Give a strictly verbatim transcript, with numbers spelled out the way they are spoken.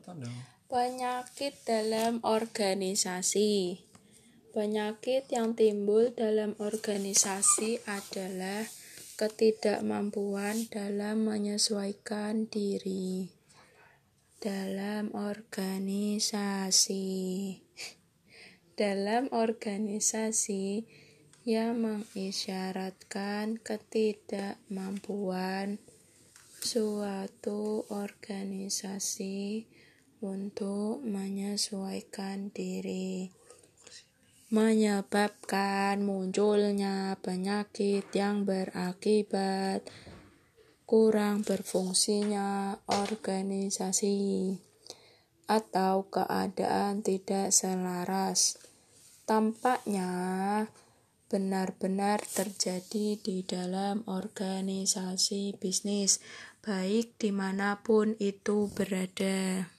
Penyakit dalam organisasi. Penyakit yang timbul dalam organisasi adalah ketidakmampuan dalam menyesuaikan diri dalam organisasi. Dalam organisasi yang mengisyaratkan ketidakmampuan suatu organisasi untuk menyesuaikan diri, menyebabkan munculnya penyakit yang berakibat kurang berfungsinya organisasi atau keadaan tidak selaras. Tampaknya benar-benar terjadi di dalam organisasi bisnis, baik dimanapun itu berada.